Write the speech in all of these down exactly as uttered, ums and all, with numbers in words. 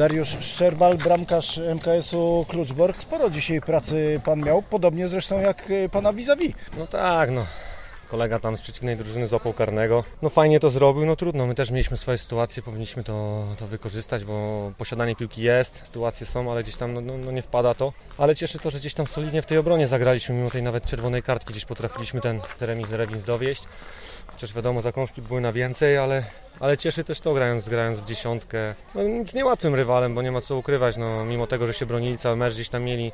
Dariusz Szczerbal, bramkarz M K S-u Kluczbork. Sporo dzisiaj pracy pan miał, podobnie zresztą jak pana vis-a-vis. No tak, no. Kolega tam z przeciwnej drużyny złapał karnego. No fajnie to zrobił, no trudno, my też mieliśmy swoje sytuacje, powinniśmy to, to wykorzystać, bo posiadanie piłki jest, sytuacje są, ale gdzieś tam no, no nie wpada to. Ale cieszy to, że gdzieś tam solidnie w tej obronie zagraliśmy, mimo tej nawet czerwonej kartki, gdzieś potrafiliśmy ten remis, remis dowieść. Chociaż wiadomo, zakąski były na więcej, ale, ale cieszy też to, grając, grając w dziesiątkę. No nic niełatwym rywalem, bo nie ma co ukrywać, no mimo tego, że się bronili, cały mecz gdzieś tam mieli.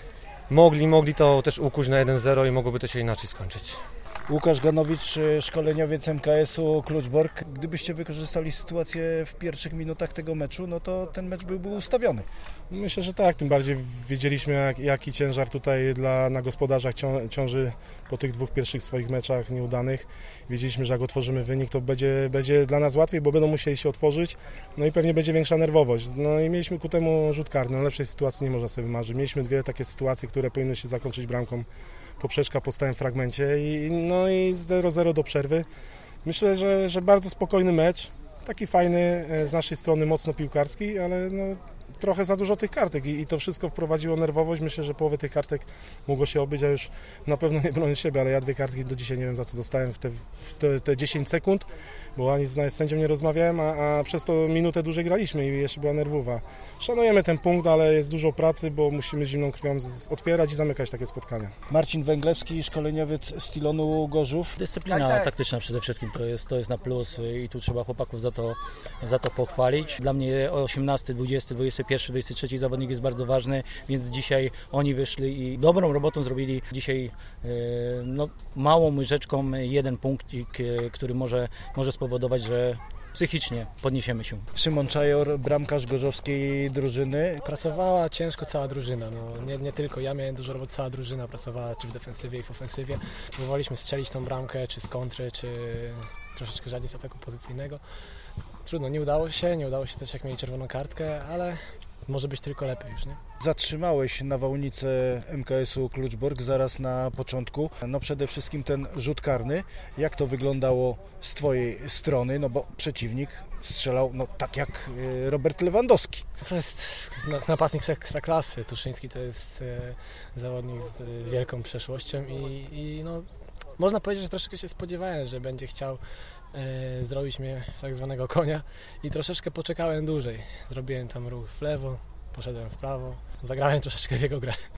Mogli, mogli to też ukuć na jeden zero i mogłoby to się inaczej skończyć. Łukasz Ganowicz, szkoleniowiec M K S-u Kluczbork. Gdybyście wykorzystali sytuację w pierwszych minutach tego meczu, no to ten mecz byłby ustawiony. Myślę, że tak. Tym bardziej wiedzieliśmy, jak, jaki ciężar tutaj dla, na gospodarzach ciąży po tych dwóch pierwszych swoich meczach nieudanych. Wiedzieliśmy, że jak otworzymy wynik, to będzie, będzie dla nas łatwiej, bo będą musieli się otworzyć. No i pewnie będzie większa nerwowość. No i mieliśmy ku temu rzut karny. No lepszej sytuacji nie można sobie wymarzyć. Mieliśmy dwie takie sytuacje, które powinny się zakończyć bramką. Poprzeczka po stałym fragmencie i, no i zero zero do przerwy. Myślę, że, że bardzo spokojny mecz, taki fajny z naszej strony, mocno piłkarski, ale no, trochę za dużo tych kartek i, i to wszystko wprowadziło nerwowość. Myślę, że połowę tych kartek mogło się obyć, a już na pewno nie bronię siebie, ale ja dwie kartki do dzisiaj nie wiem za co dostałem w te, w te, te dziesięć sekund, bo ani z sędzią nie rozmawiałem, a, a przez to minutę dłużej graliśmy i jeszcze była nerwowa. Szanujemy ten punkt, ale jest dużo pracy, bo musimy zimną krwią z, otwierać i zamykać takie spotkania. Marcin Węglewski, szkoleniowiec Stilonu Gorzów. Dyscyplina tak, tak. taktyczna przede wszystkim to jest, to jest na plus i tu trzeba chłopaków za to, za to pochwalić. Dla mnie osiemnasty, dwudziesty, dwudziesty pierwszy, dwudziesty trzeci zawodnik jest bardzo ważny, więc dzisiaj oni wyszli i dobrą robotą zrobili. Dzisiaj no, małą łyżeczką jeden punkcik, który może, może spowodować, że psychicznie podniesiemy się. Szymon Czajor, bramkarz gorzowskiej drużyny. Pracowała ciężko cała drużyna, no, nie, nie tylko ja miałem dużo roboty, cała drużyna pracowała czy w defensywie i w ofensywie. Próbowaliśmy strzelić tą bramkę, czy z kontry, czy troszeczkę rzadziej z ataku pozycyjnego. Trudno, nie udało się, nie udało się też jak mieli czerwoną kartkę, ale może być tylko lepiej już, nie? Zatrzymałeś nawałnicę M K S-u Kluczbork zaraz na początku. No przede wszystkim ten rzut karny. Jak to wyglądało z twojej strony? No bo przeciwnik strzelał no tak jak Robert Lewandowski. To jest napastnik ekstraklasy. Tuszyński to jest zawodnik z wielką przeszłością i, i no, można powiedzieć, że troszeczkę się spodziewałem, że będzie chciał e, zrobić mnie tak zwanego konia i troszeczkę poczekałem dłużej. Zrobiłem tam ruch w lewo, poszedłem w prawo, zagrałem troszeczkę w jego grę.